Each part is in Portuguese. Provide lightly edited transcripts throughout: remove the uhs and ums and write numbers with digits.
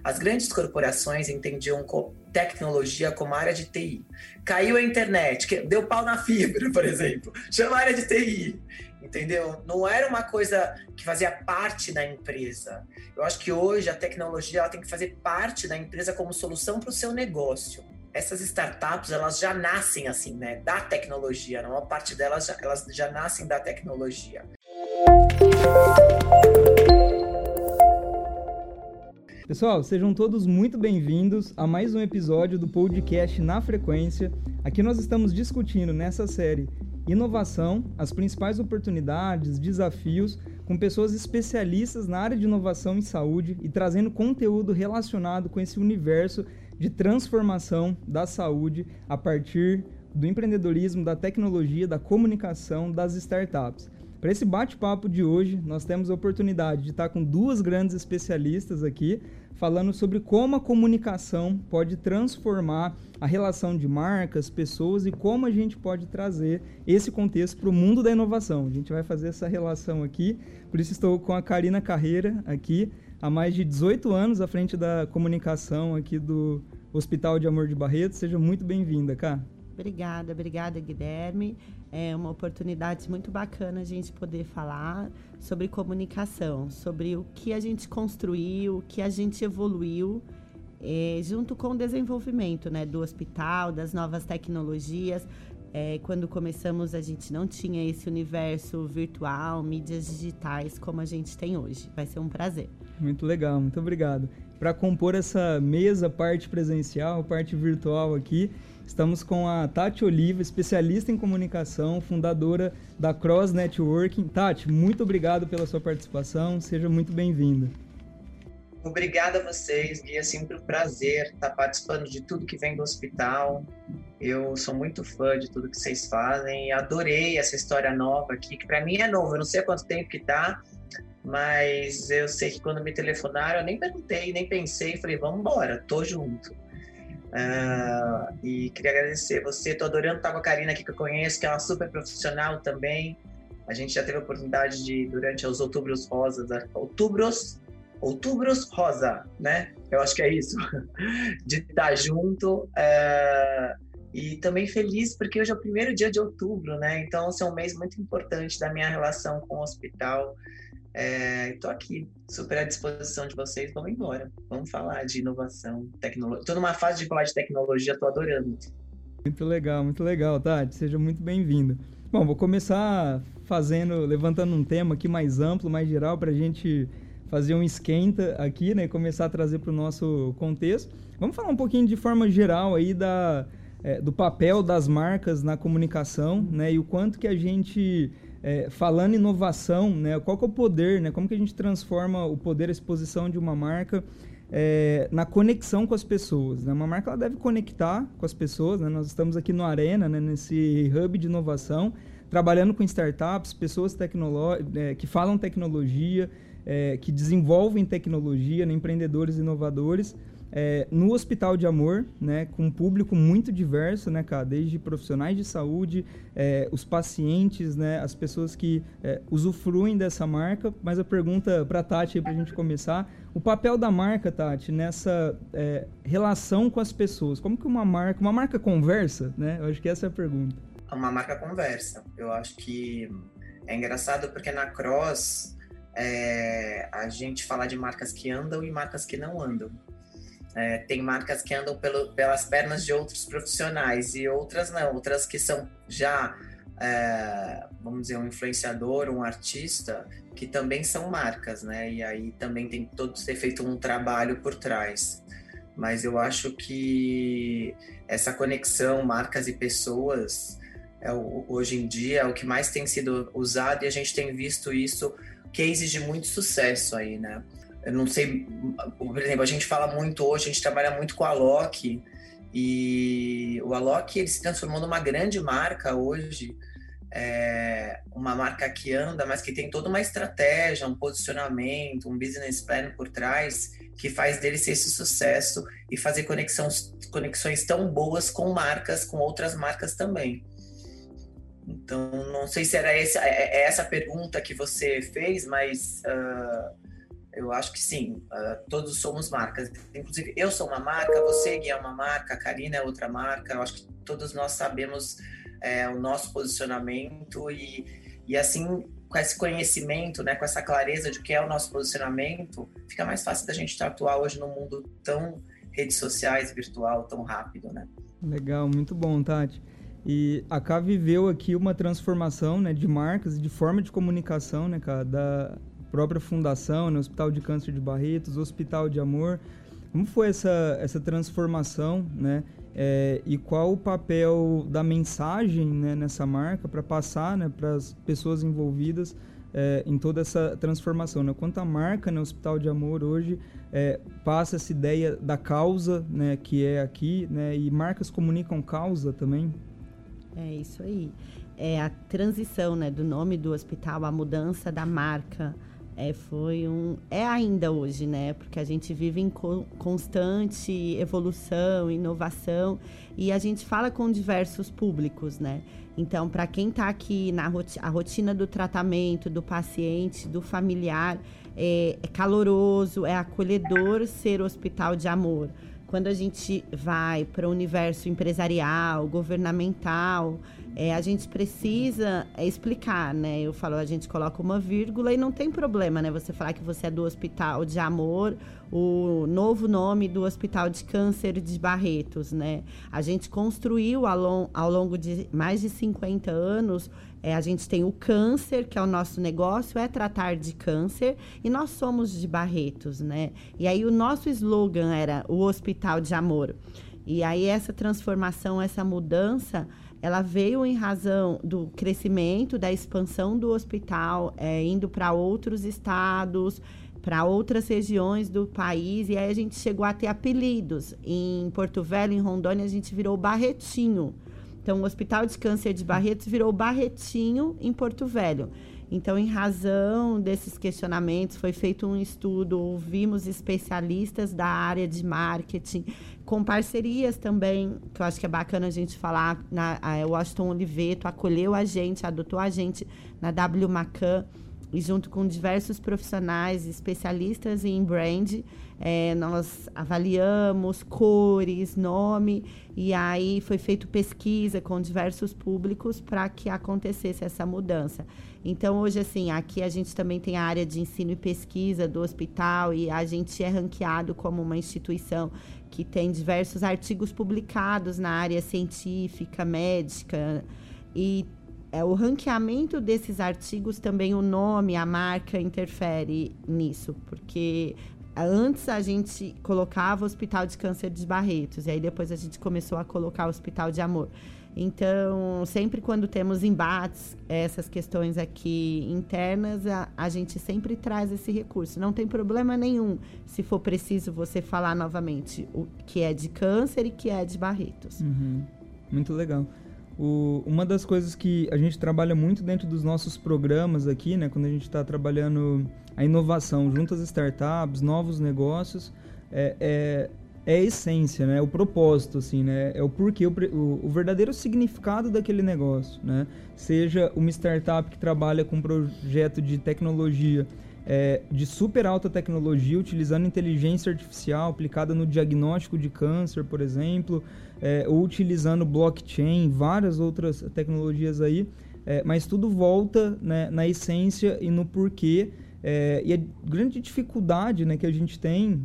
As grandes corporações entendiam tecnologia como área de TI. Caiu a internet, deu pau na fibra, por exemplo, chama a área de TI. Entendeu? Não era uma coisa que fazia parte da empresa. Eu acho que hoje a tecnologia ela tem que fazer parte da empresa como solução para o seu negócio. Essas startups, elas já nascem assim, né? Da tecnologia. A maior parte delas, elas já nascem da tecnologia. Pessoal, sejam todos muito bem-vindos a mais um episódio do podcast Na Frequência. Aqui nós estamos discutindo nessa série inovação, as principais oportunidades, desafios, com pessoas especialistas na área de inovação em saúde e trazendo conteúdo relacionado com esse universo de transformação da saúde a partir do empreendedorismo, da tecnologia, da comunicação, das startups. Para esse bate-papo de hoje, nós temos a oportunidade de estar com duas grandes especialistas aqui, falando sobre como a comunicação pode transformar a relação de marcas, pessoas e como a gente pode trazer esse contexto para o mundo da inovação. A gente vai fazer essa relação aqui, por isso estou com a Karina Carreira aqui, há mais de 18 anos à frente da comunicação aqui do Hospital de Amor de Barretos. Seja muito bem-vinda, Cá. Obrigada, Guilherme. É uma oportunidade muito bacana a gente poder falar sobre comunicação, sobre o que a gente construiu, o que a gente evoluiu, junto com o desenvolvimento, né, do hospital, das novas tecnologias. Quando começamos, a gente não tinha esse universo virtual, mídias digitais como a gente tem hoje. Vai ser um prazer. Muito legal, muito obrigado. Para compor essa mesa, parte presencial, parte virtual aqui, estamos com a Tati Oliva, especialista em comunicação, fundadora da Cross Networking. Tati, muito obrigado pela sua participação, seja muito bem-vinda. Obrigada a vocês, Gui, é sempre um prazer estar participando de tudo que vem do hospital. Eu sou muito fã de tudo que vocês fazem e adorei essa história nova aqui, que para mim é novo, eu não sei há quanto tempo que tá, mas eu sei que quando me telefonaram, eu nem perguntei, nem pensei, falei, vamos embora, tô junto. E queria agradecer você, tô adorando estar com a Karina aqui, que eu conheço, que é uma super profissional também. A gente já teve a oportunidade de, durante os Outubros Rosas, Outubros Rosa, né? Eu acho que é isso, de estar junto. E também feliz porque hoje é o primeiro dia de outubro, né? Então, esse é um mês muito importante da minha relação com o hospital. Estou aqui, super à disposição de vocês. Vamos embora. Vamos falar de inovação, tecnologia. Estou numa fase de falar de tecnologia, estou adorando. Muito legal, Tati. Seja muito bem-vinda. Bom, vou começar levantando um tema aqui mais amplo, mais geral, para a gente fazer um esquenta aqui, né? Começar a trazer para o nosso contexto. Vamos falar um pouquinho de forma geral aí do papel das marcas na comunicação, né? E o quanto que a gente... falando em inovação, né, qual que é o poder, né, como que a gente transforma o poder, a exposição de uma marca na conexão com as pessoas, né? Uma marca ela deve conectar com as pessoas, né? Nós estamos aqui no Arena, né, nesse hub de inovação, trabalhando com startups, pessoas que falam tecnologia, que desenvolvem tecnologia, né, empreendedores inovadores, no Hospital de Amor, né, com um público muito diverso, né, cara, desde profissionais de saúde, os pacientes, né, as pessoas que usufruem dessa marca. Mas a pergunta para a Tati, para a gente começar, o papel da marca, Tati, nessa relação com as pessoas. Como que uma marca conversa, né? Eu acho que essa é a pergunta. Uma marca conversa. Eu acho que é engraçado porque na Cross a gente fala de marcas que andam e marcas que não andam. Tem marcas que andam pelas pernas de outros profissionais e outras não, outras que são já, vamos dizer, um influenciador, um artista, que também são marcas, né? E aí também tem todo ser feito um trabalho por trás. Mas eu acho que essa conexão, marcas e pessoas, hoje em dia é o que mais tem sido usado e a gente tem visto isso, cases de muito sucesso aí, né? Eu não sei, por exemplo, a gente fala muito hoje, a gente trabalha muito com a Alok, e o Alok ele se transformou numa grande marca hoje, uma marca que anda, mas que tem toda uma estratégia, um posicionamento, um business plan por trás, que faz dele ser esse sucesso e fazer conexões tão boas com marcas, com outras marcas também. Então, não sei se era essa pergunta que você fez, mas Eu acho que sim, todos somos marcas. Inclusive, eu sou uma marca, você, Gui, é uma marca, a Karina é outra marca. Eu acho que todos nós sabemos o nosso posicionamento e assim, com esse conhecimento, né, com essa clareza de que é o nosso posicionamento, fica mais fácil da gente atuar hoje num mundo tão redes sociais, virtual, tão rápido, né? Legal, muito bom, Tati. E a Cá viveu aqui uma transformação, né, de marcas e de forma de comunicação, né, cara, da própria fundação, né, Hospital de Câncer de Barretos, Hospital de Amor. Como foi essa transformação, né? E qual o papel da mensagem, né, nessa marca para passar, né, para as pessoas envolvidas em toda essa transformação, né? Quanto a marca, né, Hospital de Amor hoje passa essa ideia da causa, né, que é aqui, né, e marcas comunicam causa também. É isso aí. É a transição, né, do nome do hospital, a mudança da marca. É ainda hoje, né? Porque a gente vive em constante evolução, inovação, e a gente fala com diversos públicos, né? Então, para quem está aqui a rotina do tratamento, do paciente, do familiar, é caloroso, é acolhedor ser hospital de amor. Quando a gente vai para o universo empresarial, governamental, a gente precisa explicar, né? Eu falo, a gente coloca uma vírgula e não tem problema, né? Você falar que você é do Hospital de Amor, o novo nome do Hospital de Câncer de Barretos, né? A gente construiu ao longo de mais de 50 anos, a gente tem o câncer, que é o nosso negócio, é tratar de câncer, e nós somos de Barretos, né? E aí o nosso slogan era o Hospital de Amor. E aí essa transformação, essa mudança, ela veio em razão do crescimento, da expansão do hospital, indo para outros estados, para outras regiões do país, e aí a gente chegou a ter apelidos. Em Porto Velho, em Rondônia, a gente virou Barretinho. Então, o Hospital de Câncer de Barretos virou Barretinho em Porto Velho. Então, em razão desses questionamentos, foi feito um estudo, ouvimos especialistas da área de marketing, com parcerias também, que eu acho que é bacana a gente falar. O Washington Oliveto acolheu a gente, adotou a gente na W Macan, e junto com diversos profissionais, especialistas em brand, nós avaliamos cores, nome, e aí foi feita pesquisa com diversos públicos para que acontecesse essa mudança. Então, hoje, assim, aqui a gente também tem a área de ensino e pesquisa do hospital, e a gente é ranqueado como uma instituição que tem diversos artigos publicados na área científica, médica, e o ranqueamento desses artigos também, o nome, a marca interfere nisso, porque antes a gente colocava Hospital de Câncer de Barretos, e aí depois a gente começou a colocar Hospital de Amor. Então, sempre quando temos embates, essas questões aqui internas, a gente sempre traz esse recurso. Não tem problema nenhum, se for preciso você falar novamente o que é de câncer e que é de Barretos. Uhum. Muito legal. Uma das coisas que a gente trabalha muito dentro dos nossos programas aqui, né, quando a gente está trabalhando a inovação junto às startups, novos negócios, é a essência, né, o propósito, assim, né, é o porquê, o verdadeiro significado daquele negócio, né, seja uma startup que trabalha com um projeto de tecnologia, de super alta tecnologia, utilizando inteligência artificial aplicada no diagnóstico de câncer, por exemplo, ou utilizando blockchain, várias outras tecnologias aí, mas tudo volta, né, na essência e no porquê, e a grande dificuldade, né, que a gente tem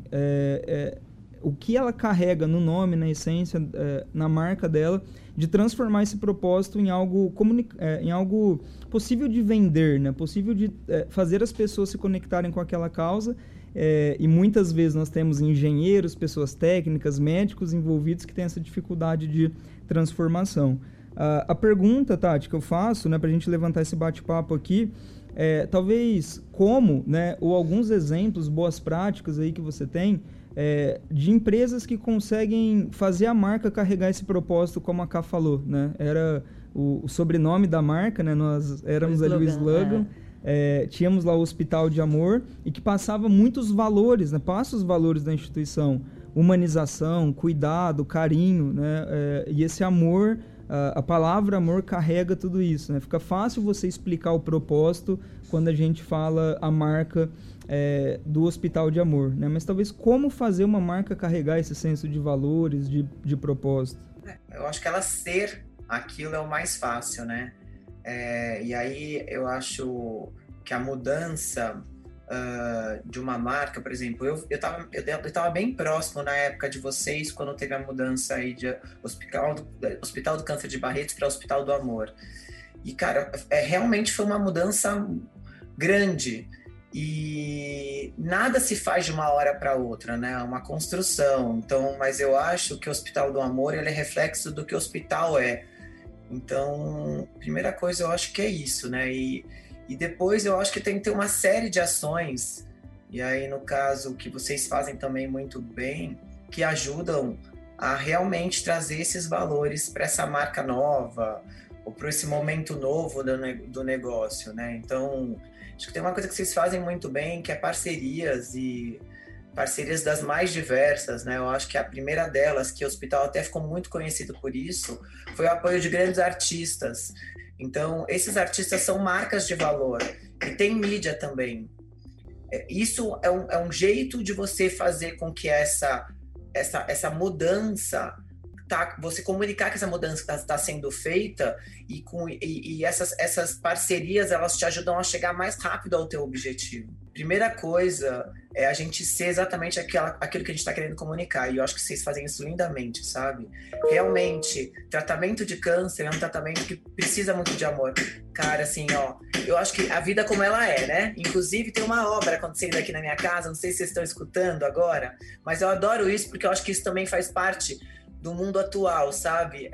o que ela carrega no nome, na essência, na marca dela, de transformar esse propósito em algo, em algo possível de vender, né? Possível de fazer as pessoas se conectarem com aquela causa. E muitas vezes nós temos engenheiros, pessoas técnicas, médicos envolvidos que têm essa dificuldade de transformação. A pergunta, Tati, que eu faço, né, para a gente levantar esse bate-papo aqui, talvez como, né, ou alguns exemplos, boas práticas aí que você tem, de empresas que conseguem fazer a marca carregar esse propósito, como a Ká falou, né? Era o sobrenome da marca, né? Nós éramos ali o slogan, tínhamos lá o Hospital de Amor, e que passava muitos valores, né? Passa os valores da instituição, humanização, cuidado, carinho, né? E esse amor a palavra amor carrega tudo isso, né? Fica fácil você explicar o propósito quando a gente fala a marca do Hospital de Amor, né? Mas talvez como fazer uma marca carregar esse senso de valores, de propósito? Eu acho que ela ser aquilo é o mais fácil, né? E aí eu acho que a mudança de uma marca, por exemplo, eu tava bem próximo na época de vocês, quando teve a mudança aí de Hospital do Câncer de Barretos para Hospital do Amor. E, cara, realmente foi uma mudança grande. E nada se faz de uma hora para outra, né? É uma construção. Então, mas eu acho que o Hospital do Amor, ele é reflexo do que o hospital é. Então, primeira coisa, eu acho que é isso, né? E depois eu acho que tem que ter uma série de ações, e aí, no caso, que vocês fazem também muito bem, que ajudam a realmente trazer esses valores para essa marca nova, ou para esse momento novo do negócio, né? Então, acho que tem uma coisa que vocês fazem muito bem, que é parcerias, e parcerias das mais diversas, né? Eu acho que a primeira delas, que o hospital até ficou muito conhecido por isso, foi o apoio de grandes artistas. Então, esses artistas são marcas de valor. E tem mídia também. Isso é um jeito de você fazer com que essa mudança, você comunicar que essa mudança está sendo feita, e essas parcerias, elas te ajudam a chegar mais rápido ao teu objetivo. Primeira coisa é a gente ser exatamente aquilo que a gente está querendo comunicar, e eu acho que vocês fazem isso lindamente, sabe? Realmente, tratamento de câncer é um tratamento que precisa muito de amor. Cara, assim, ó, eu acho que a vida como ela é, né? Inclusive, tem uma obra acontecendo aqui na minha casa, não sei se vocês estão escutando agora, mas eu adoro isso porque eu acho que isso também faz parte do mundo atual, sabe?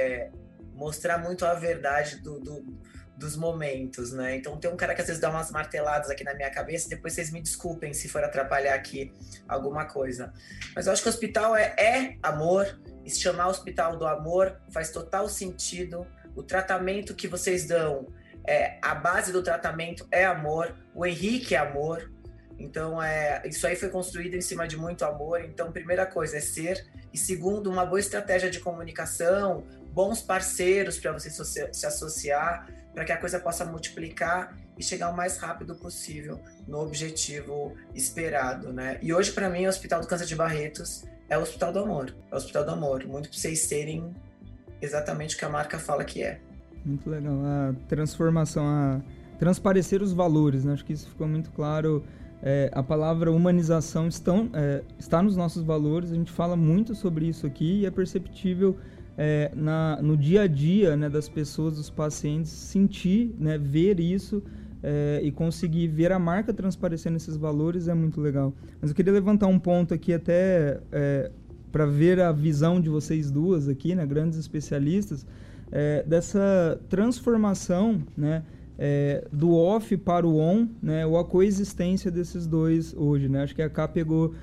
Mostrar muito a verdade dos momentos, né? Então tem um cara que às vezes dá umas marteladas aqui na minha cabeça, depois vocês me desculpem se for atrapalhar aqui alguma coisa. Mas eu acho que o hospital é amor, e se chamar Hospital do Amor faz total sentido. O tratamento que vocês dão, a base do tratamento é amor, o Henrique é amor. Então, isso aí foi construído em cima de muito amor. Então, primeira coisa é ser, e segundo, uma boa estratégia de comunicação, bons parceiros para você se associar, para que a coisa possa multiplicar e chegar o mais rápido possível no objetivo esperado, né? E hoje, para mim, o Hospital do Câncer de Barretos é o Hospital do Amor. É o Hospital do Amor. Muito para vocês serem exatamente o que a marca fala que é. Muito legal. A transformação, a transparecer os valores, né? Acho que isso ficou muito claro. A palavra humanização está nos nossos valores, a gente fala muito sobre isso aqui, e é perceptível no dia a dia, né, das pessoas, dos pacientes, sentir, né, ver isso e conseguir ver a marca transparecendo esses valores é muito legal. Mas eu queria levantar um ponto aqui até para ver a visão de vocês duas aqui, né, grandes especialistas, dessa transformação, né, do off para o on, né, ou a coexistência desses dois hoje, né? Acho que a Ká pegou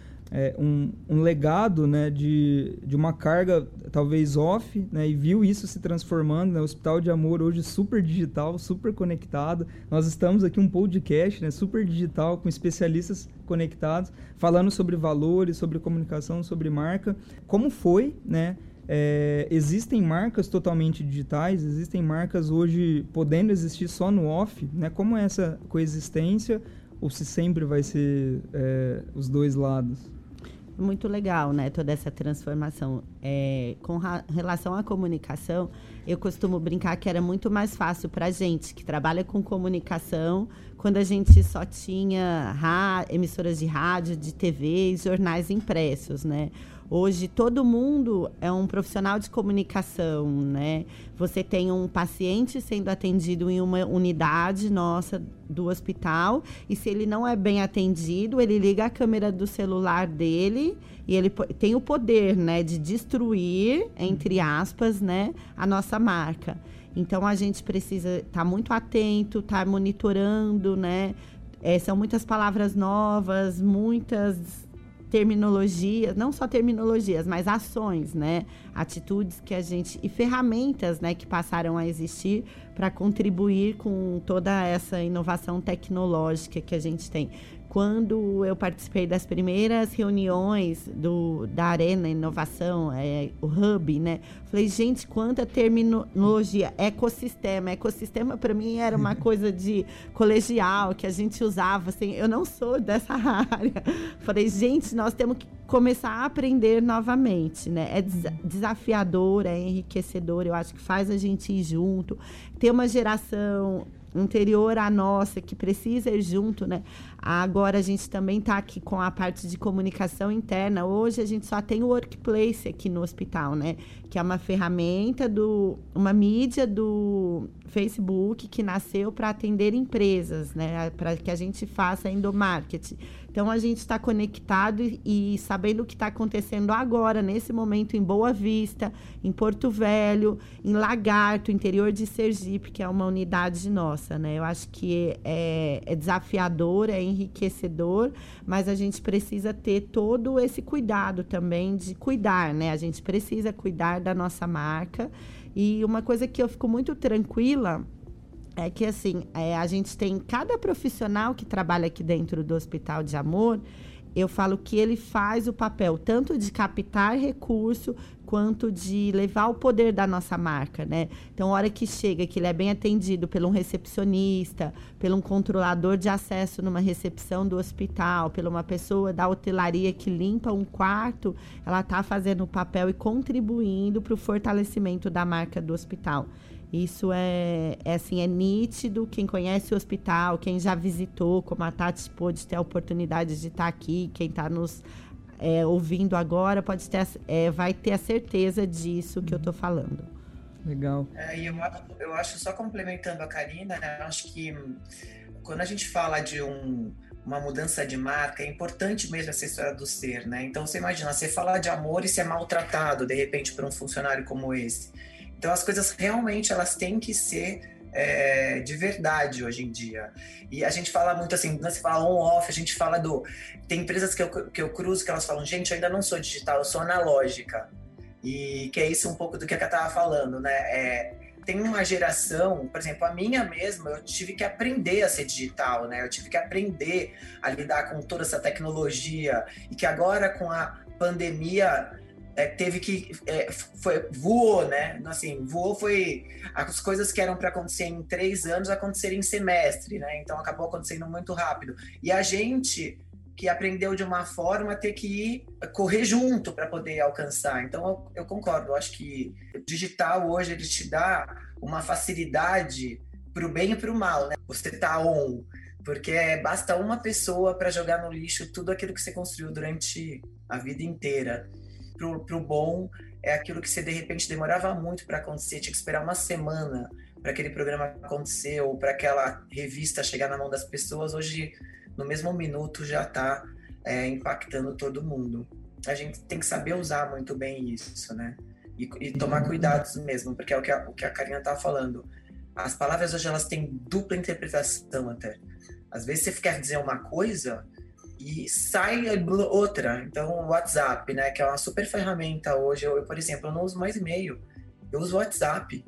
um legado, né, de uma carga talvez off, né, e viu isso se transformando, né? O Hospital de Amor hoje super digital, super conectado. Nós estamos aqui um podcast, né, super digital, com especialistas conectados, falando sobre valores, sobre comunicação, sobre marca. Como foi, né? Existem marcas totalmente digitais, existem marcas hoje podendo existir só no off, né? Como é essa coexistência, ou se sempre vai ser os dois lados? Muito legal, né? Toda essa transformação. Com relação à comunicação, eu costumo brincar que era muito mais fácil para a gente que trabalha com comunicação, quando a gente só tinha emissoras de rádio, de TV e jornais impressos, né? Hoje, todo mundo é um profissional de comunicação, né? Você tem um paciente sendo atendido em uma unidade nossa do hospital, e se ele não é bem atendido, ele liga a câmera do celular dele e ele tem o poder, né, de destruir, entre aspas, né, a nossa marca. Então, a gente precisa estar muito atento, estar monitorando, né? São muitas palavras novas, muitas terminologias, não só terminologias, mas ações, né? Atitudes que a gente... E ferramentas, né, que passaram a existir para contribuir com toda essa inovação tecnológica que a gente tem. quando eu participei das primeiras reuniões da Arena Inovação, o Hub, né? Falei, gente, quanta terminologia, ecossistema. Ecossistema, para mim, era uma coisa de colegial, que a gente usava, assim, eu não sou dessa área. Falei, gente, nós temos que começar a aprender novamente, né? É desafiador, é enriquecedor, eu acho que faz a gente ir junto. Ter uma geração anterior à nossa, que precisa ir junto, né? Agora a gente também está aqui com a parte de comunicação interna. Hoje a gente só tem o Workplace aqui no hospital, né? Que é uma ferramenta uma mídia do Facebook que nasceu para atender empresas, né? Para que a gente faça endomarketing. Então, a gente está conectado e sabendo o que está acontecendo agora, nesse momento, em Boa Vista, em Porto Velho, em Lagarto, interior de Sergipe, que é uma unidade nossa, né? Eu acho que é desafiador, é enriquecedor, mas a gente precisa ter todo esse cuidado também de cuidar, né? A gente precisa cuidar da nossa marca. E uma coisa que eu fico muito tranquila é que, assim, a gente tem cada profissional que trabalha aqui dentro do Hospital de Amor, eu falo que ele faz o papel tanto de captar recurso quanto de levar o poder da nossa marca, né? Então, a hora que chega, que ele é bem atendido por um recepcionista, por um controlador de acesso numa recepção do hospital, por uma pessoa da hotelaria que limpa um quarto, ela está fazendo o papel e contribuindo para o fortalecimento da marca do hospital. Isso é nítido. Quem conhece o hospital, quem já visitou, como a Tati pôde ter a oportunidade de estar aqui, quem está nos ouvindo agora, vai ter a certeza disso que eu estou falando. Legal. E eu acho, só complementando a Karina, né, eu acho que quando a gente fala de uma mudança de marca, é importante mesmo essa história do ser, né? Então, você imagina, você falar de amor e ser maltratado, de repente, por um funcionário como esse. Então, as coisas realmente, elas têm que ser de verdade hoje em dia. E a gente fala muito assim, não se fala on-off, a gente fala tem empresas que eu cruzo que elas falam, gente, eu ainda não sou digital, eu sou analógica. E que é isso um pouco do que a Ká estava falando, né? Tem uma geração, por exemplo, a minha mesma, eu tive que aprender a ser digital, né? Eu tive que aprender a lidar com toda essa tecnologia. E que agora, com a pandemia, teve que voou, né? Assim, voou, foi as coisas que eram para acontecer em 3 anos acontecerem em semestre, né? Então acabou acontecendo muito rápido. E a gente que aprendeu de uma forma ter que correr junto para poder alcançar. Então eu concordo, eu acho que o digital hoje ele te dá uma facilidade para o bem e para o mal, né? Você tá porque basta uma pessoa para jogar no lixo tudo aquilo que você construiu durante a vida inteira. Pro bom, é aquilo que você, de repente, demorava muito para acontecer, tinha que esperar uma semana para aquele programa acontecer ou para aquela revista chegar na mão das pessoas. Hoje, no mesmo minuto, já está impactando todo mundo. A gente tem que saber usar muito bem isso, né? E tomar cuidados mesmo, porque é o que a Karina estava falando. As palavras hoje, elas têm dupla interpretação até. Às vezes você quer dizer uma coisa e sai outra. Então, o WhatsApp, né, que é uma super ferramenta hoje. Eu, por exemplo, eu não uso mais e-mail, eu uso WhatsApp.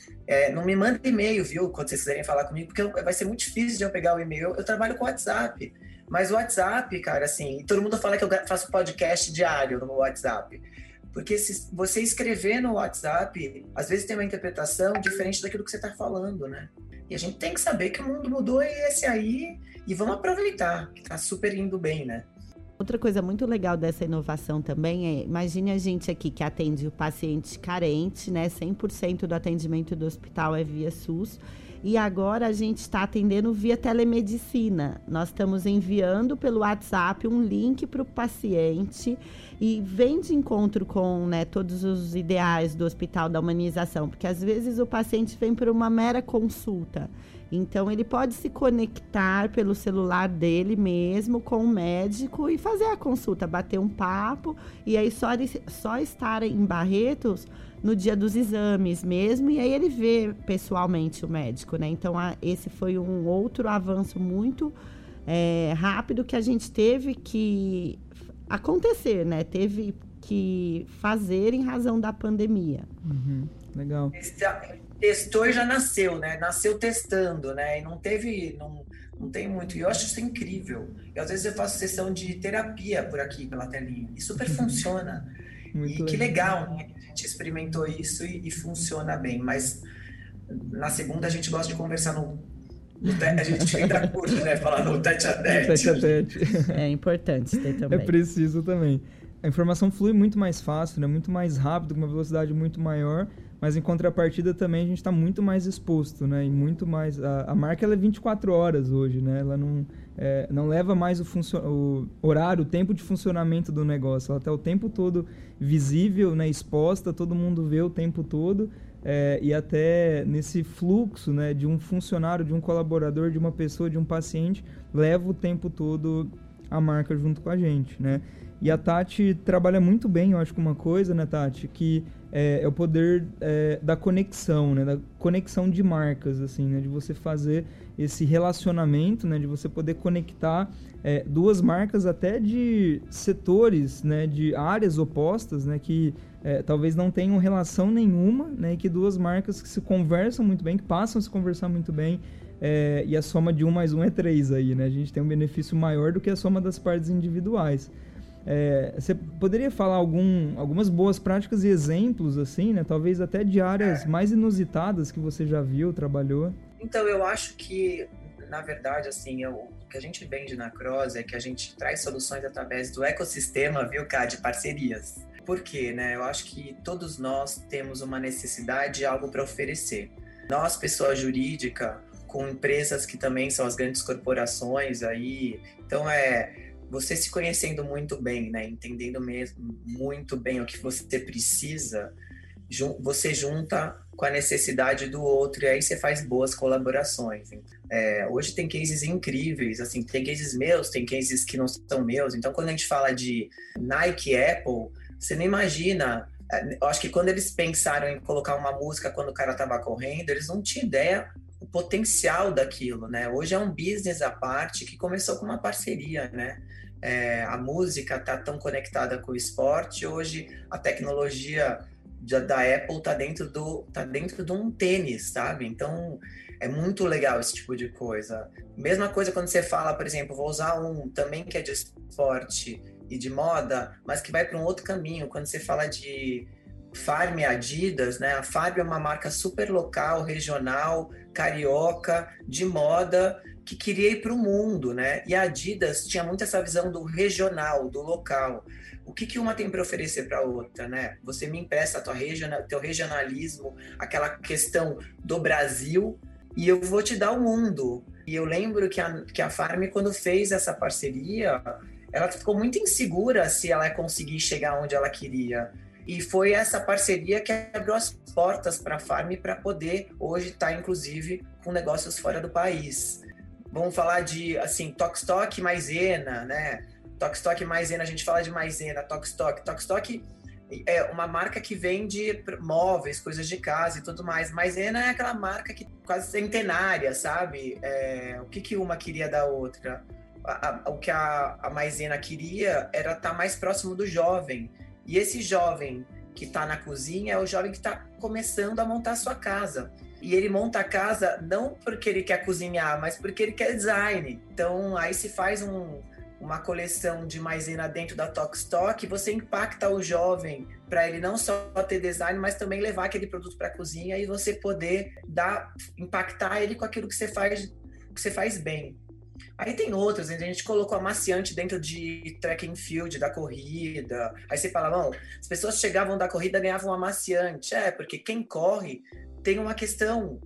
Não me manda e-mail, viu, quando vocês quiserem falar comigo, porque vai ser muito difícil de eu pegar o e-mail. Eu trabalho com WhatsApp, mas o WhatsApp, cara, assim, todo mundo fala que eu faço podcast diário no WhatsApp. Porque se você escrever no WhatsApp, às vezes tem uma interpretação diferente daquilo que você está falando, né? E a gente tem que saber que o mundo mudou esse aí e vamos aproveitar, que tá super indo bem, né? Outra coisa muito legal dessa inovação também imagine a gente aqui que atende o paciente carente, né? 100% do atendimento do hospital é via SUS. E agora a gente está atendendo via telemedicina. Nós estamos enviando pelo WhatsApp um link para o paciente e vem de encontro com, né, todos os ideais do Hospital da Humanização, porque às vezes o paciente vem por uma mera consulta. Então, ele pode se conectar pelo celular dele mesmo com o médico e fazer a consulta, bater um papo e aí só estar em Barretos no dia dos exames mesmo, e aí ele vê pessoalmente o médico, né? Então, esse foi um outro avanço muito rápido que a gente teve que acontecer, né? Teve que fazer em razão da pandemia. Uhum, legal. Testou e já nasceu, né? Nasceu testando, né? E não Não tem muito. E eu acho isso incrível. E às vezes eu faço sessão de terapia por aqui, pela telinha. E super funciona. Muito E que legal. legal, né? A gente experimentou isso e funciona bem. Mas na segunda a gente gosta de conversar a gente ainda curte, né? Falar no tete a tete. Tete a tete. É importante ter É também. preciso também. A informação flui muito mais fácil, né? Muito mais rápido, com uma velocidade muito maior, mas em contrapartida também a gente está muito mais exposto, né? E muito mais... A marca ela é 24 horas hoje, né? Ela não leva mais o horário, o tempo de funcionamento do negócio. Ela está o tempo todo visível, né? Exposta, todo mundo vê o tempo todo. E até nesse fluxo, né? De um funcionário, de um colaborador, de uma pessoa, de um paciente, leva o tempo todo a marca junto com a gente, né? E a Tati trabalha muito bem, eu acho que uma coisa, né, Tati, que é o poder da conexão, né, da conexão de marcas, assim, né, de você fazer esse relacionamento, né, de você poder conectar duas marcas até de setores, né, de áreas opostas, né, que talvez não tenham relação nenhuma, né, e que duas marcas que se conversam muito bem, que passam a se conversar muito bem, e a soma de 1 mais 1 é 3 aí, né, a gente tem um benefício maior do que a soma das partes individuais. Você poderia falar algumas boas práticas e exemplos, assim, né? Talvez até de áreas mais inusitadas que você já viu, trabalhou? Então, eu acho que, na verdade, assim, o que a gente vende na Cross é que a gente traz soluções através do ecossistema, viu, Cá, de parcerias. Por quê, né? Eu acho que todos nós temos uma necessidade de algo para oferecer. Nós, pessoa jurídica, com empresas que também são as grandes corporações aí, então você se conhecendo muito bem, né? Entendendo mesmo muito bem o que você precisa, você junta com a necessidade do outro e aí você faz boas colaborações. Hoje tem cases incríveis, assim, tem cases meus, tem cases que não são meus. Então, quando a gente fala de Nike, Apple, você não imagina. Eu acho que quando eles pensaram em colocar uma música quando o cara estava correndo, eles não tinham ideia o potencial daquilo, né? Hoje é um business à parte que começou com uma parceria, né? A música está tão conectada com o esporte, hoje a tecnologia da Apple está dentro de um tênis, sabe? Então é muito legal esse tipo de coisa. Mesma coisa quando você fala, por exemplo, vou usar um também que é de esporte e de moda, mas que vai para um outro caminho. Quando você fala de Farm e Adidas, né? A Farm é uma marca super local, regional, carioca, de moda, que queria ir para o mundo, né? E a Adidas tinha muito essa visão do regional, do local. O que uma tem para oferecer para a outra, né? Você me empresta teu regionalismo, aquela questão do Brasil, e eu vou te dar o mundo. E eu lembro que a Farm, quando fez essa parceria, ela ficou muito insegura se ela ia conseguir chegar onde ela queria. E foi essa parceria que abriu as portas para a Farm para poder hoje estar, inclusive, com negócios fora do país. Vamos falar de, assim, Tokstok e Maizena, né? Tokstok e Maizena, a gente fala de Maizena, Tokstok. Tokstok é uma marca que vende móveis, coisas de casa e tudo mais. Maizena é aquela marca que quase centenária, sabe? O que uma queria da outra? O que a Maizena queria era estar mais próximo do jovem. E esse jovem que está na cozinha é o jovem que está começando a montar a sua casa. E ele monta a casa não porque ele quer cozinhar, mas porque ele quer design. Então, aí se faz uma coleção de maisena dentro da Tokstok, você impacta o jovem para ele não só ter design, mas também levar aquele produto para a cozinha e você poder impactar ele com aquilo que você faz bem. Aí tem outras, a gente colocou amaciante dentro de track and field da corrida. Aí você fala, bom, as pessoas chegavam da corrida e ganhavam amaciante. Porque quem corre tem uma questão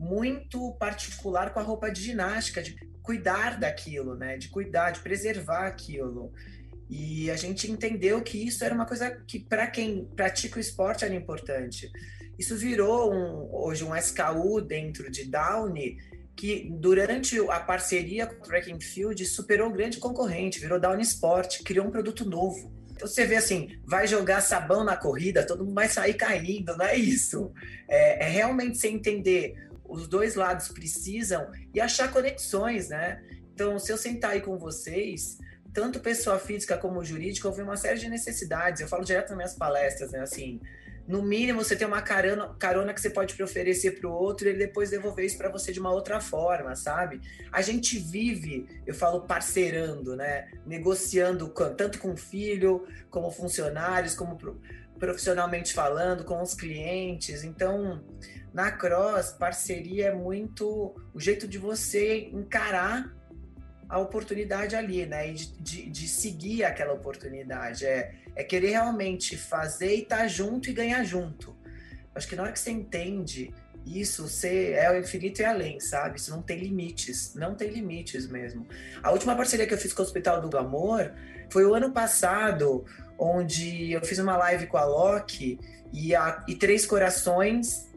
muito particular com a roupa de ginástica, de cuidar daquilo, né? De cuidar, de preservar aquilo. E a gente entendeu que isso era uma coisa que, para quem pratica o esporte, era importante. Isso virou hoje um SKU dentro de Downy, que durante a parceria com o Track and Field superou o grande concorrente, virou Downy Sport, criou um produto novo. Então você vê assim, vai jogar sabão na corrida, todo mundo vai sair caindo, não é isso. É realmente você entender, os dois lados precisam e achar conexões, né? Então, se eu sentar aí com vocês, tanto pessoa física como jurídica, houve uma série de necessidades. Eu falo direto nas minhas palestras, né? Assim, no mínimo, você tem uma carona que você pode oferecer para o outro e ele depois devolver isso para você de uma outra forma, sabe? A gente vive, eu falo parceirando, né? Negociando tanto com o filho, como funcionários, como profissionalmente falando, com os clientes. Então, na Cross, parceria é muito o jeito de você encarar a oportunidade ali, né? E de seguir aquela oportunidade. É querer realmente fazer e estar junto e ganhar junto. Acho que na hora que você entende isso, você é o infinito e além, sabe? Isso não tem limites. Não tem limites mesmo. A última parceria que eu fiz com o Hospital do Amor foi o ano passado, onde eu fiz uma live com a Loki e Três Corações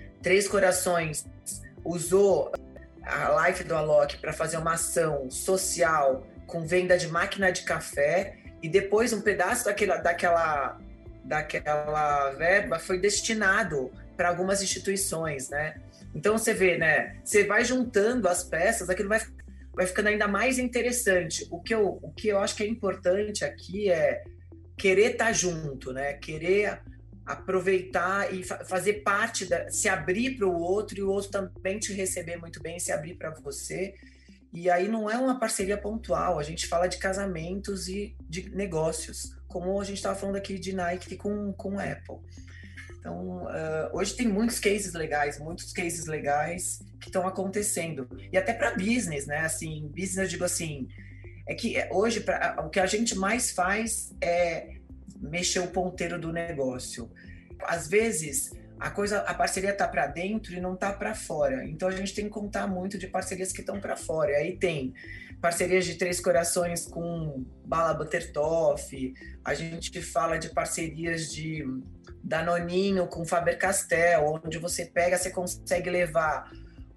usou a live do Alok para fazer uma ação social com venda de máquina de café e depois um pedaço daquela verba foi destinado para algumas instituições, né? Então você vê, né? Você vai juntando as peças, aquilo vai ficando ainda mais interessante. O que eu acho que é importante aqui é querer estar junto, né? Querer aproveitar e fazer parte, se abrir para o outro e o outro também te receber muito bem, se abrir para você. E aí não é uma parceria pontual, a gente fala de casamentos e de negócios, como a gente estava falando aqui de Nike com Apple. Então, hoje tem muitos cases legais que estão acontecendo. E até para business, né? Assim, business, eu digo assim, é que hoje o que a gente mais faz é mexer o ponteiro do negócio. Às vezes, a parceria está para dentro e não está para fora. Então, a gente tem que contar muito de parcerias que estão para fora. E aí tem parcerias de Três Corações com Bala Buttertoff, a gente fala de parcerias de Danoninho com Faber-Castell, onde você consegue levar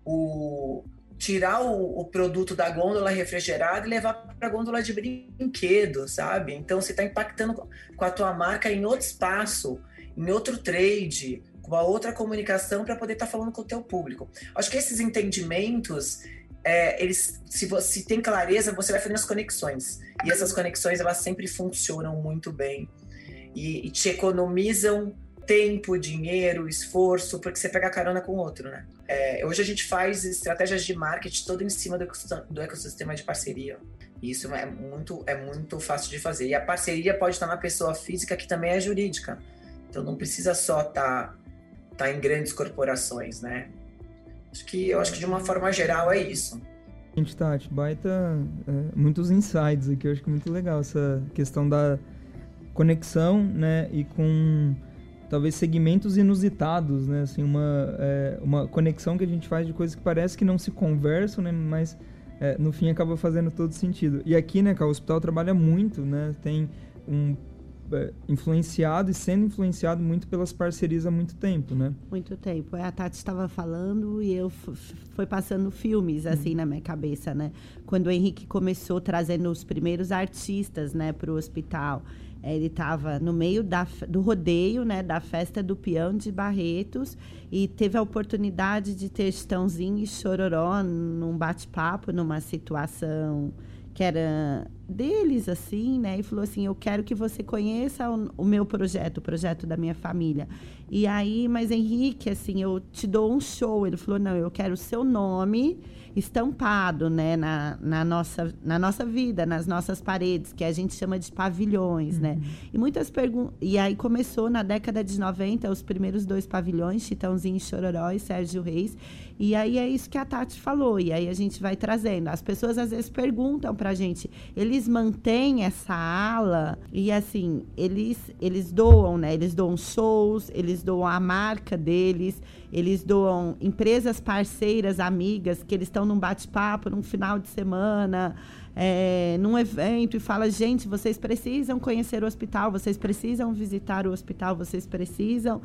tirar o produto da gôndola refrigerada e levar para a gôndola de brinquedo, sabe? Então, você está impactando com a tua marca em outro espaço, em outro trade, com uma outra comunicação para poder estar falando com o teu público. Acho que esses entendimentos, se tem clareza, você vai fazendo as conexões. E essas conexões, elas sempre funcionam muito bem. E te economizam tempo, dinheiro, esforço, porque você pega carona com o outro, né? Hoje a gente faz estratégias de marketing todo em cima do ecossistema de parceria. E isso é muito fácil de fazer. E a parceria pode estar na pessoa física, que também é jurídica. Então não precisa só estar em grandes corporações, né? Eu acho que de uma forma geral é isso. Gente, Tati, muitos insights aqui. Eu acho que é muito legal essa questão da conexão, né? E com talvez segmentos inusitados, né? Assim, uma conexão que a gente faz de coisas que parece que não se conversam, né? Mas no fim acaba fazendo todo sentido. E aqui, né, o hospital trabalha muito, né? Tem influenciado e sendo influenciado muito pelas parcerias há muito tempo, né? Muito tempo. A Tati estava falando e eu foi passando filmes, assim, na minha cabeça, né? Quando o Henrique começou trazendo os primeiros artistas, né, para o hospital. Ele estava no meio do rodeio, né, da festa do peão de Barretos, e teve a oportunidade de ter Chitãozinho e Chororó num bate-papo, numa situação que era deles, assim, né? E falou assim, eu quero que você conheça o meu projeto, o projeto da minha família. E aí, mas Henrique, assim, eu te dou um show. Ele falou, não, eu quero o seu nome estampado, né, na nossa vida, nas nossas paredes, que a gente chama de pavilhões, né? E muitas perguntas. E aí começou na década de 90, os primeiros 2 pavilhões, Chitãozinho e Chororó e Sérgio Reis. E aí é isso que a Tati falou. E aí a gente vai trazendo. As pessoas às vezes perguntam pra gente, eles mantêm essa ala? E assim, eles doam, né? Eles doam shows, eles doam a marca deles, eles doam empresas parceiras, amigas, que eles estão num bate-papo, num final de semana, num evento, e fala, gente, vocês precisam conhecer o hospital, vocês precisam visitar o hospital, vocês precisam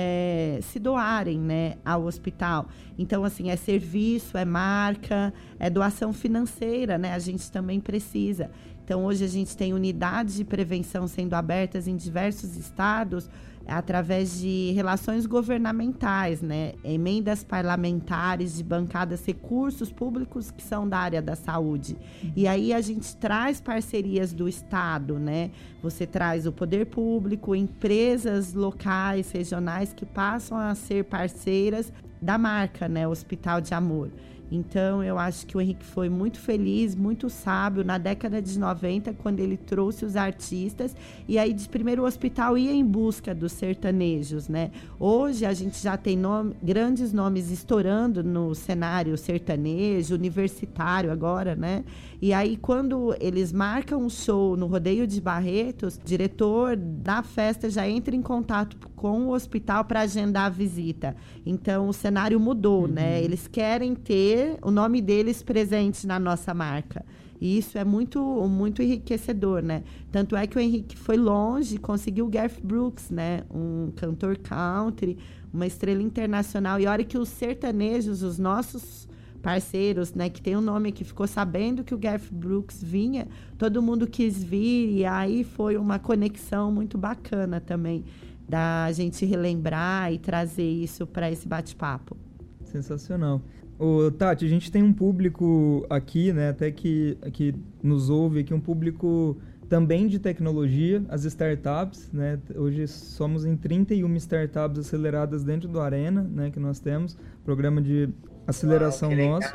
se doarem, né, ao hospital. Então, assim, é serviço, é marca, é doação financeira, né? A gente também precisa. Então, hoje a gente tem unidades de prevenção sendo abertas em diversos estados, através de relações governamentais, né? Emendas parlamentares de bancadas, recursos públicos que são da área da saúde. E aí a gente traz parcerias do Estado, né? Você traz o poder público, empresas locais, regionais que passam a ser parceiras da marca, né? Hospital de Amor. Então, eu acho que o Henrique foi muito feliz, muito sábio na década de 90, quando ele trouxe os artistas. E aí, de primeiro, o hospital ia em busca dos sertanejos, né? Hoje, a gente já tem grandes nomes estourando no cenário sertanejo, universitário agora, né? E aí, quando eles marcam um show no Rodeio de Barretos, o diretor da festa já entra em contato com o hospital para agendar a visita. Então, o cenário mudou, né? Eles querem ter o nome deles presente na nossa marca. E isso é muito, muito enriquecedor, né? Tanto é que o Henrique foi longe, conseguiu o Garth Brooks, né? Um cantor country, uma estrela internacional. E a hora que os sertanejos, os nossos parceiros, né, que tem um nome que ficou sabendo que o Garth Brooks vinha, todo mundo quis vir, e aí foi uma conexão muito bacana também, da gente relembrar e trazer isso para esse bate-papo. Sensacional. Ô, Tati, a gente tem um público aqui, né, até que nos ouve aqui, um público também de tecnologia, as startups, né? Hoje somos em 31 startups aceleradas dentro do Arena, né, que nós temos, programa de aceleração nosso.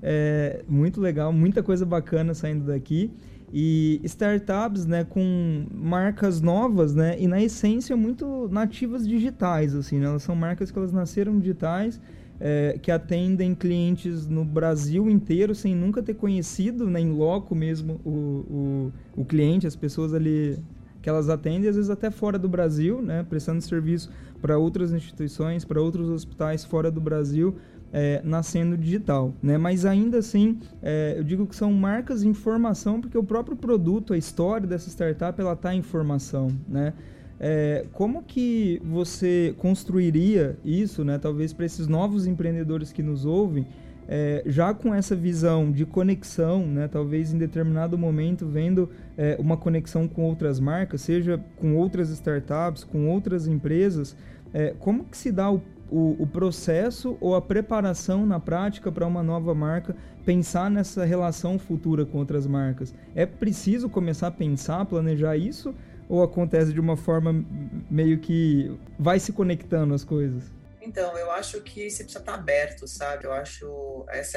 É muito legal, muita coisa bacana saindo daqui. E startups, né, com marcas novas, né, e na essência muito nativas digitais, assim, né? Elas são marcas que elas nasceram digitais, que atendem clientes no Brasil inteiro sem nunca ter conhecido, né, em loco mesmo o cliente, as pessoas ali que elas atendem, às vezes até fora do Brasil, né, prestando serviço para outras instituições, para outros hospitais fora do Brasil, nascendo digital, né? Mas ainda assim, eu digo que são marcas em formação, porque o próprio produto, a história dessa startup, ela está em formação, né? Como que você construiria isso, né, talvez para esses novos empreendedores que nos ouvem, já com essa visão de conexão, né, talvez em determinado momento vendo uma conexão com outras marcas, seja com outras startups, com outras empresas, como que se dá o processo ou a preparação na prática para uma nova marca pensar nessa relação futura com outras marcas? É preciso começar a pensar, planejar isso? Ou acontece de uma forma meio que vai se conectando as coisas? Então, eu acho que você precisa estar aberto, sabe? Eu acho essa é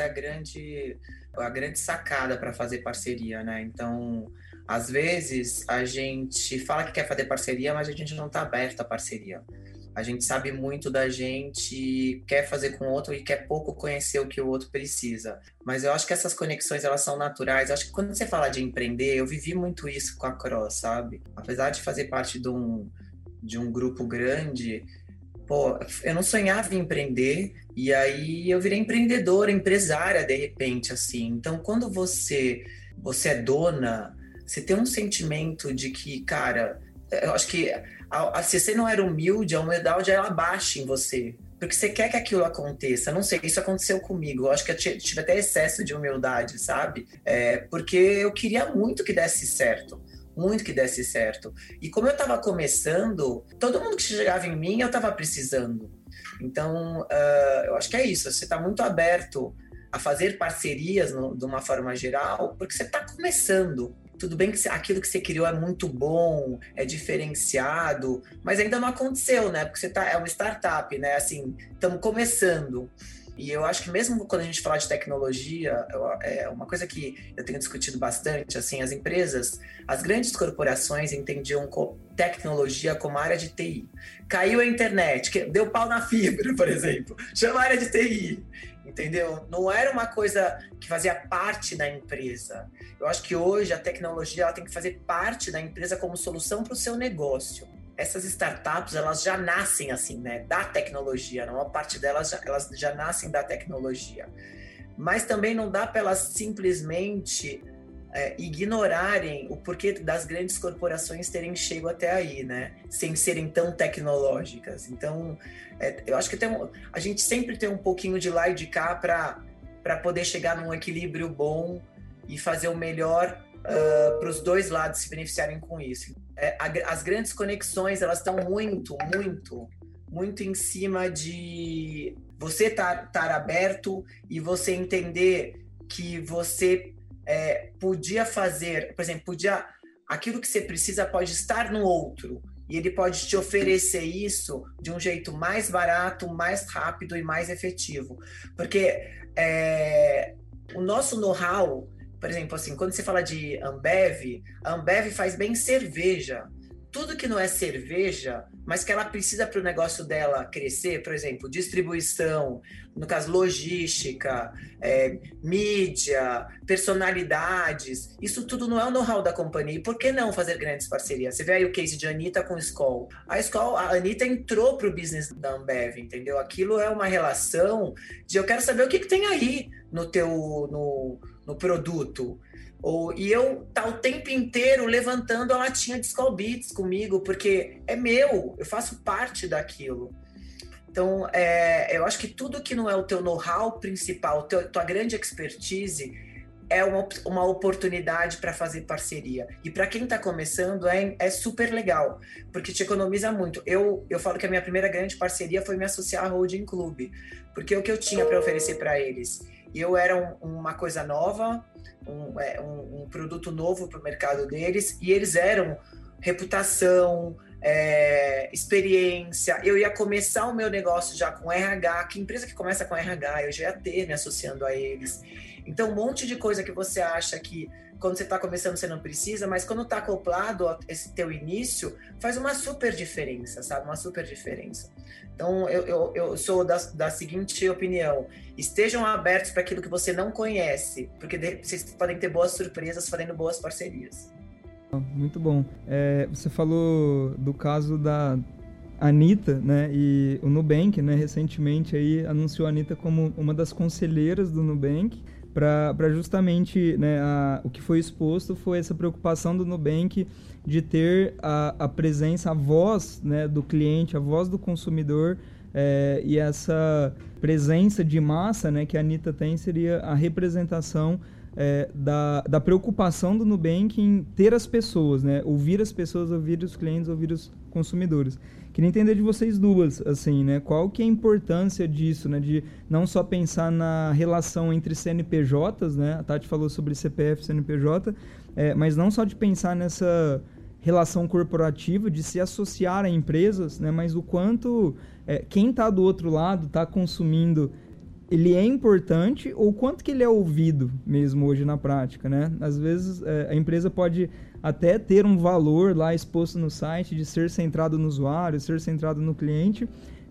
a grande sacada para fazer parceria, né? Então, às vezes, a gente fala que quer fazer parceria, mas a gente não está aberto à parceria. A gente sabe muito da gente, quer fazer com o outro e quer pouco conhecer o que o outro precisa. Mas eu acho que essas conexões, elas são naturais. Eu acho que quando você fala de empreender, eu vivi muito isso com a Cross, sabe? Apesar de fazer parte de um grupo grande, pô, eu não sonhava em empreender, e aí eu virei empreendedora, empresária, de repente, assim. Então, quando você é dona, você tem um sentimento de que, cara, eu acho que se você não era humilde, a humildade ela baixa em você. Porque você quer que aquilo aconteça. Não sei, isso aconteceu comigo. Eu acho que eu tive até excesso de humildade, sabe? Porque eu queria muito que desse certo. Muito que desse certo. E como eu estava começando, todo mundo que chegava em mim, eu estava precisando. Então, eu acho que é isso. Você está muito aberto a fazer parcerias de uma forma geral, porque você está começando. Tudo bem que aquilo que você criou é muito bom, é diferenciado, mas ainda não aconteceu, né? Porque é uma startup, né? Assim, estamos começando. E eu acho que mesmo quando a gente fala de tecnologia, é uma coisa que eu tenho discutido bastante, assim, as empresas, as grandes corporações entendiam tecnologia como área de TI. Caiu a internet, deu pau na fibra, por exemplo, chama a área de TI. Entendeu? Não era uma coisa que fazia parte da empresa. Eu acho que hoje a tecnologia ela tem que fazer parte da empresa como solução para o seu negócio. Essas startups, elas já nascem assim, né? Da tecnologia. A maior parte delas, elas já nascem da tecnologia. Mas também não dá para elas simplesmente ignorarem o porquê das grandes corporações terem chegado até aí, né? Sem serem tão tecnológicas. Então, eu acho que a gente sempre tem um pouquinho de lá e de cá para poder chegar num equilíbrio bom e fazer o melhor para os dois lados se beneficiarem com isso. As grandes conexões, elas estão muito em cima de você estar aberto e você entender que você podia fazer, por exemplo, aquilo que você precisa pode estar no outro, e ele pode te oferecer isso de um jeito mais barato, mais rápido e mais efetivo. Porque o nosso know-how, por exemplo, assim, quando você fala de Ambev, a Ambev faz bem cerveja. Tudo que não é cerveja, mas que ela precisa para o negócio dela crescer, por exemplo, distribuição, no caso, logística, mídia, personalidades, isso tudo não é o know-how da companhia. E por que não fazer grandes parcerias? Você vê aí o case de Anitta com Skol. A Anitta entrou para o business da Ambev, entendeu? Aquilo é uma relação de eu quero saber o que tem aí no produto. E eu tá o tempo inteiro levantando a latinha de Skol Beats comigo, porque é meu, eu faço parte daquilo. Então, eu acho que tudo que não é o teu know-how principal, tua grande expertise, é uma oportunidade para fazer parceria. E para quem está começando, é super legal, porque te economiza muito. Eu falo que a minha primeira grande parceria foi me associar à Holding Club, porque o que eu tinha para oferecer para eles? Eu era uma coisa nova, um produto novo para o mercado deles, e eles eram reputação, experiência. Eu ia começar o meu negócio já com RH. Que empresa que começa com RH? Eu já ia ter me associando a eles. Então, um monte de coisa que você acha que quando você está começando você não precisa, mas quando está acoplado a esse teu início, faz uma super diferença, sabe? Uma super diferença. Então, eu sou da seguinte opinião: estejam abertos para aquilo que você não conhece, porque vocês podem ter boas surpresas fazendo boas parcerias. Muito bom. Você falou do caso da Anitta, né? E o Nubank, né? Recentemente aí anunciou a Anitta como uma das conselheiras do Nubank, para justamente, né, o que foi exposto foi essa preocupação do Nubank de ter a presença, a voz, né, do cliente, a voz do consumidor, e essa presença de massa, né, que a Anitta tem seria a representação da preocupação do Nubank em ter as pessoas, né, ouvir as pessoas, ouvir os clientes, ouvir os consumidores. Queria entender de vocês duas, assim, né? Qual que é a importância disso, né? De não só pensar na relação entre CNPJs, né? A Tati falou sobre CPF e CNPJ, mas não só de pensar nessa relação corporativa, de se associar a empresas, né? Mas o quanto quem está do outro lado está consumindo, ele é importante, ou quanto que ele é ouvido mesmo hoje na prática, né? Às vezes a empresa pode até ter um valor lá exposto no site de ser centrado no usuário, ser centrado no cliente,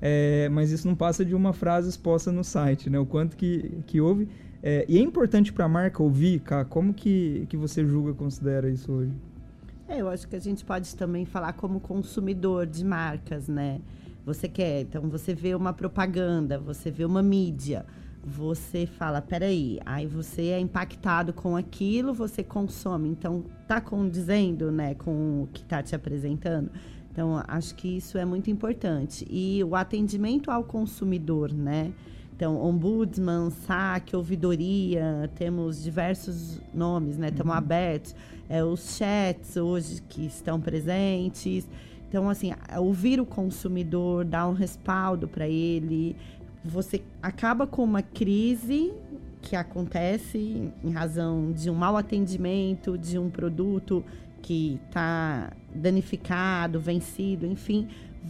mas isso não passa de uma frase exposta no site, né? O quanto que houve. E é importante para a marca ouvir, Ká, como que você julga, considera isso hoje? Eu acho que a gente pode também falar como consumidor de marcas, né? Então você vê uma propaganda, você vê uma mídia, você fala, peraí, aí você é impactado com aquilo, você consome, então tá condizendo, né, com o que tá te apresentando. Então, acho que isso é muito importante. E o atendimento ao consumidor, né? Então, ombudsman, SAC, ouvidoria, temos diversos nomes, né? Estamos abertos. Os chats hoje que estão presentes. Então, assim, ouvir o consumidor, dar um respaldo para ele. Você acaba com uma crise que acontece em razão de um mau atendimento, de um produto que está danificado, vencido, enfim,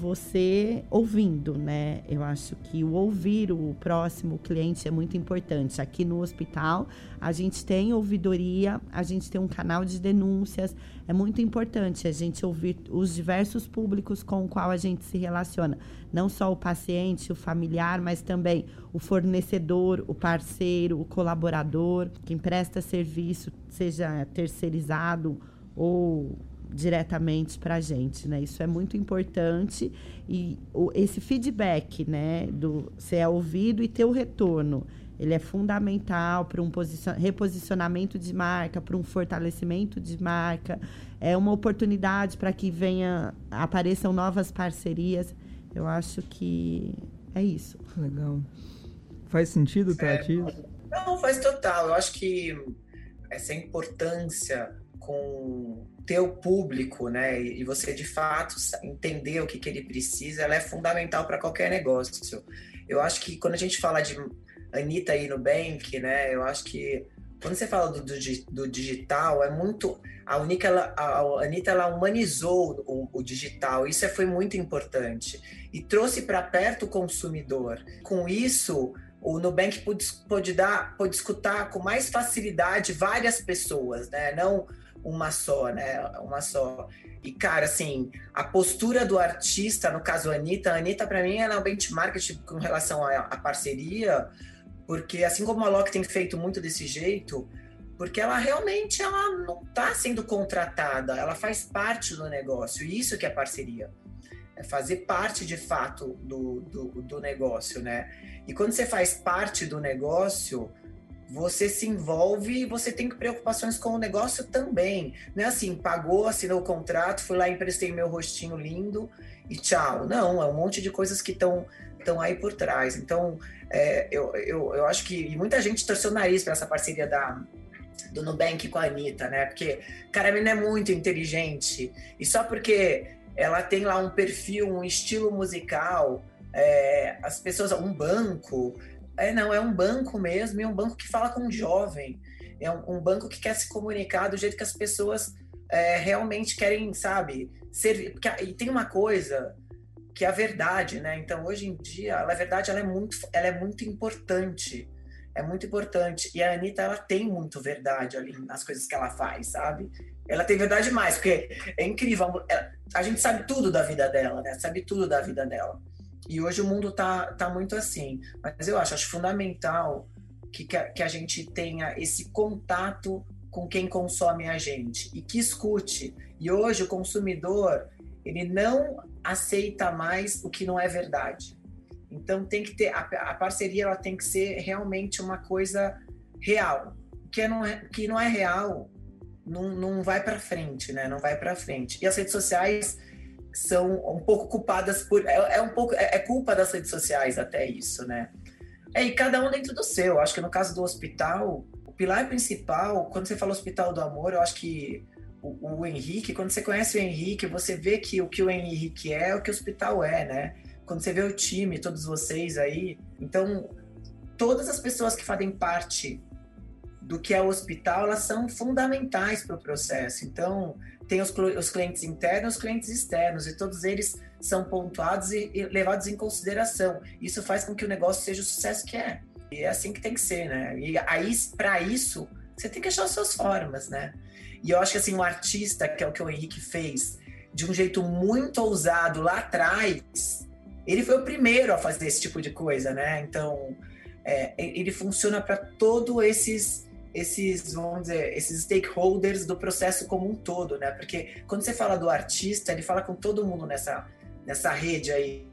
você ouvindo, né? Eu acho que o ouvir o próximo cliente é muito importante. Aqui no hospital, a gente tem ouvidoria, a gente tem um canal de denúncias. É muito importante a gente ouvir os diversos públicos com o qual a gente se relaciona. Não só o paciente, o familiar, mas também o fornecedor, o parceiro, o colaborador, quem presta serviço, seja terceirizado ou diretamente para a gente, né? Isso é muito importante e esse feedback, né, do ser ouvido e ter o retorno, ele é fundamental para um reposicionamento de marca, para um fortalecimento de marca, é uma oportunidade para que apareçam novas parcerias. Eu acho que é isso. Legal. Faz sentido, Tati? Não, faz total. Eu acho que essa importância com teu público, né? E você de fato entender o que ele precisa, ela é fundamental para qualquer negócio. Eu acho que quando a gente fala de Anitta e Nubank, né? Eu acho que quando você fala do digital, é muito... A Anitta, ela humanizou o digital, isso foi muito importante. E trouxe para perto o consumidor. Com isso, o Nubank pôde escutar com mais facilidade várias pessoas, né? Não uma só, né? Uma só. E, cara, assim, a postura do artista, no caso a Anitta para mim, ela é um benchmark com relação à parceria, porque assim como a Loki tem feito muito desse jeito, porque ela realmente não está sendo contratada, ela faz parte do negócio, e isso que é parceria, é fazer parte de fato do negócio, né? E quando você faz parte do negócio, você se envolve e você tem preocupações com o negócio também. Não é assim, pagou, assinou o contrato, fui lá, emprestei meu rostinho lindo e tchau. Não, é um monte de coisas que estão aí por trás. Então, eu acho que... E muita gente torceu o nariz para essa parceria do Nubank com a Anitta, né? Porque, cara, a menina é muito inteligente. E só porque ela tem lá um perfil, um estilo musical, as pessoas... Um banco... Não, é um banco mesmo, e é um banco que fala com um jovem. É um banco que quer se comunicar do jeito que as pessoas realmente querem, sabe? Servir. E tem uma coisa que é a verdade, né? Então, hoje em dia, a verdade ela é muito importante. É muito importante. E a Anitta, ela tem muito verdade ali nas coisas que ela faz, sabe? Ela tem verdade demais, porque é incrível. A gente sabe tudo da vida dela, né? Sabe tudo da vida dela. E hoje o mundo tá muito assim. Mas eu acho fundamental que a gente tenha esse contato com quem consome a gente e que escute. E hoje o consumidor, ele não aceita mais o que não é verdade. Então tem que ter... A parceria, ela tem que ser realmente uma coisa real. Que não é real, não vai para frente, né? Não vai para frente. E as redes sociais são um pouco culpadas por... É culpa das redes sociais até isso, né? E cada um dentro do seu. Acho que no caso do hospital, o pilar principal, quando você fala Hospital do Amor, eu acho que o Henrique, quando você conhece o Henrique, você vê que o Henrique é o que o hospital é, né? Quando você vê o time, todos vocês aí. Então, todas as pessoas que fazem parte do que é o hospital, elas são fundamentais para o processo. Então, tem os clientes internos e os clientes externos, e todos eles são pontuados e levados em consideração. Isso faz com que o negócio seja o sucesso que é. E é assim que tem que ser, né? E aí, para isso, você tem que achar as suas formas, né? E eu acho que assim, um artista, que é o que o Henrique fez, de um jeito muito ousado lá atrás, ele foi o primeiro a fazer esse tipo de coisa, né? Então, ele funciona para todos esses, vamos dizer, esses stakeholders do processo como um todo, né? Porque quando você fala do artista, ele fala com todo mundo nessa rede aí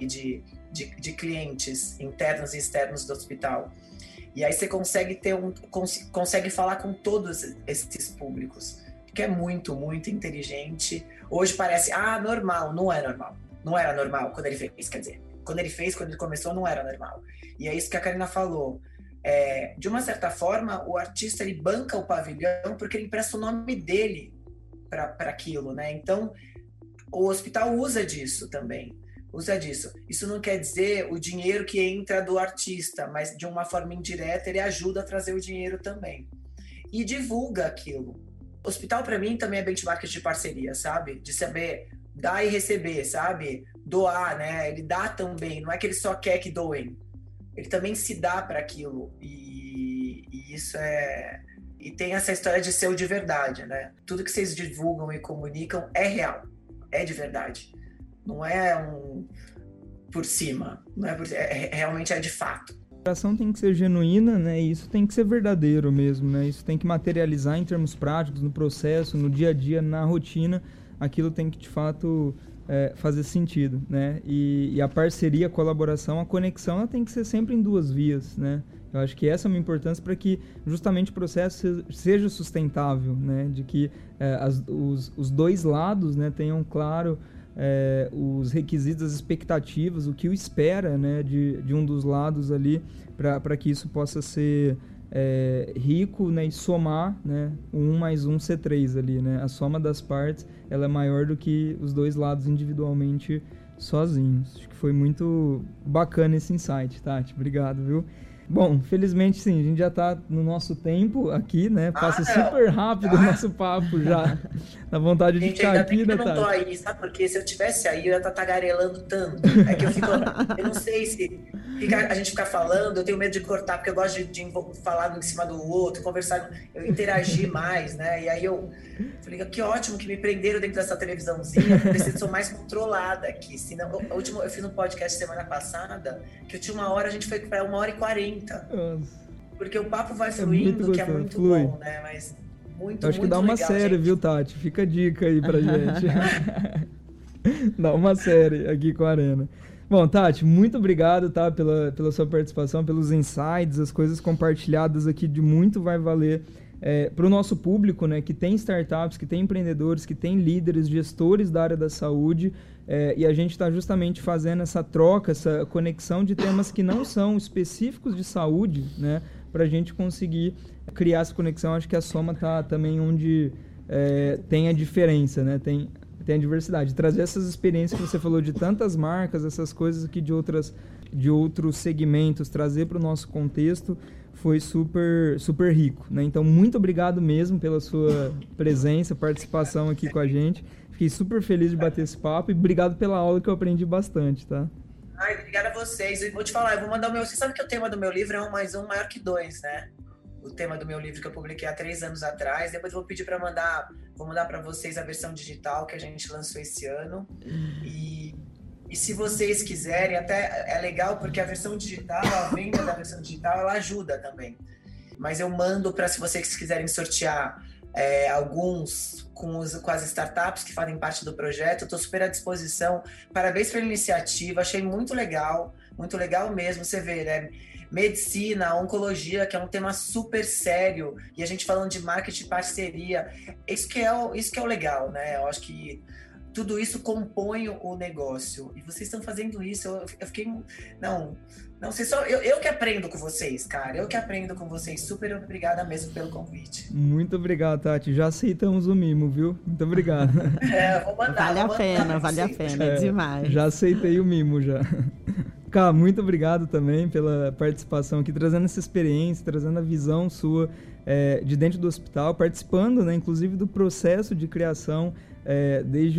de clientes internos e externos do hospital. E aí você consegue consegue falar com todos esses públicos, que é muito, muito inteligente. Hoje parece, normal. Não é normal. Não era normal quando ele fez, quer dizer. Quando ele começou, não era normal. E é isso que a Karina falou. De uma certa forma, o artista, ele banca o pavilhão porque ele empresta o nome dele para aquilo, né? Então, o hospital usa disso também. Usa disso. Isso não quer dizer o dinheiro que entra do artista, mas de uma forma indireta ele ajuda a trazer o dinheiro também. E divulga aquilo. O hospital, para mim, também é benchmark de parceria, sabe? De saber dar e receber, sabe? Doar, né? Ele dá também. Não é que ele só quer que doem. Ele também se dá para aquilo. E isso é... E tem essa história de ser o de verdade, né? Tudo que vocês divulgam e comunicam é real. É de verdade. Não é por cima. Não é realmente é de fato. A ação tem que ser genuína, né? E isso tem que ser verdadeiro mesmo, né? Isso tem que materializar em termos práticos, no processo, no dia a dia, na rotina. Aquilo tem que, de fato, fazer sentido, né? E a parceria, a colaboração, a conexão, ela tem que ser sempre em duas vias, né? Eu acho que essa é uma importância para que justamente o processo seja sustentável, né? De que os dois lados, né, tenham claro os requisitos, as expectativas, o que o espera, né, de um dos lados ali, para que isso possa ser rico, né, e somar, né, 1 mais 1 ser 3 ali, né? A soma das partes, ela é maior do que os dois lados individualmente sozinhos. Acho que foi muito bacana esse insight, Tati. Obrigado, viu? Bom, felizmente sim, a gente já tá no nosso tempo aqui, né? Passa super rápido o nosso papo já. Dá vontade de ficar aqui, né, Tati? Eu não tô aí, sabe? Porque se eu tivesse aí, eu ia estar tagarelando tanto. É que eu não sei se a gente ficar falando, eu tenho medo de cortar, porque eu gosto de falar um em cima do outro, conversar, eu interagir mais, né? E aí eu falei, que ótimo que me prenderam dentro dessa televisãozinha, eu preciso ser mais controlada aqui. Senão, eu fiz um podcast semana passada, que eu tinha 1 hora, a gente foi para 1h40. Porque o papo vai fluindo, que é muito bom, né? Mas muito, acho que dá uma série, viu, Tati? Fica a dica aí pra gente. Dá uma série aqui com a Arena. Bom, Tati, muito obrigado, tá, pela sua participação, pelos insights, as coisas compartilhadas aqui, de muito vai valer para o nosso público, né, que tem startups, que tem empreendedores, que tem líderes, gestores da área da saúde, e a gente está justamente fazendo essa troca, essa conexão de temas que não são específicos de saúde, né, para a gente conseguir criar essa conexão. Acho que a Soma está também onde tem a diferença, né, tem a diversidade. Trazer essas experiências que você falou de tantas marcas, essas coisas aqui de outros segmentos, trazer para o nosso contexto, foi super, super rico, né? Então, muito obrigado mesmo pela sua presença, participação aqui com a gente. Fiquei super feliz de bater esse papo e obrigado pela aula, que eu aprendi bastante, tá? Ai, obrigada a vocês. Eu vou te falar, eu vou mandar o meu... Você sabe que o tema do meu livro é 1 mais 1 maior que 2, né? O tema do meu livro que eu publiquei há 3 anos atrás. Depois eu vou pedir para vou mandar para vocês a versão digital que a gente lançou esse ano. E se vocês quiserem, até é legal porque a versão digital, a venda da versão digital, ela ajuda também. Mas eu mando para, se vocês quiserem sortear alguns com as startups que fazem parte do projeto. Eu estou super à disposição. Parabéns pela iniciativa, achei muito legal mesmo. Você vê, né? Medicina, oncologia, que é um tema super sério, e a gente falando de marketing e parceria. Isso que é o legal, né? Eu acho que tudo isso compõe o negócio. E vocês estão fazendo isso. Eu fiquei... Não sei, só eu que aprendo com vocês, cara. Eu que aprendo com vocês. Super obrigada mesmo pelo convite. Muito obrigado, Tati. Já aceitamos o mimo, viu? Muito obrigado. Vou mandar. Vale a pena, é demais. Já aceitei o mimo, já. Cá, muito obrigado também pela participação aqui, trazendo essa experiência, trazendo a visão sua de dentro do hospital, participando, né, inclusive do processo de criação desde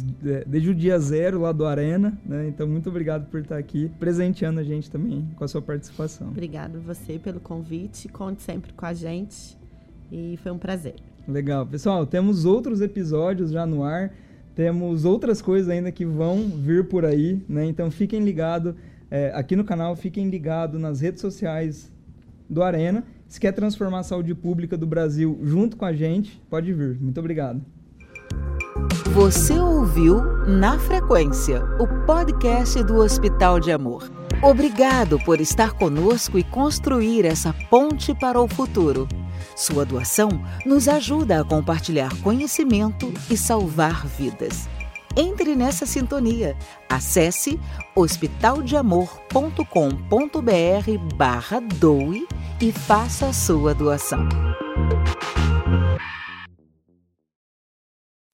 o dia 0 lá do Arena, né? Então, muito obrigado por estar aqui, presenteando a gente também com a sua participação. Obrigado você pelo convite, conte sempre com a gente e foi um prazer. Legal. Pessoal, temos outros episódios já no ar, temos outras coisas ainda que vão vir por aí, né? Então, fiquem ligados aqui no canal, fiquem ligados nas redes sociais do Arena. Se quer transformar a saúde pública do Brasil junto com a gente, pode vir. Muito obrigado. Você ouviu Na Frequência, o podcast do Hospital de Amor. Obrigado por estar conosco e construir essa ponte para o futuro. Sua doação nos ajuda a compartilhar conhecimento e salvar vidas. Entre nessa sintonia. Acesse hospitaldeamor.com.br/doe e faça a sua doação.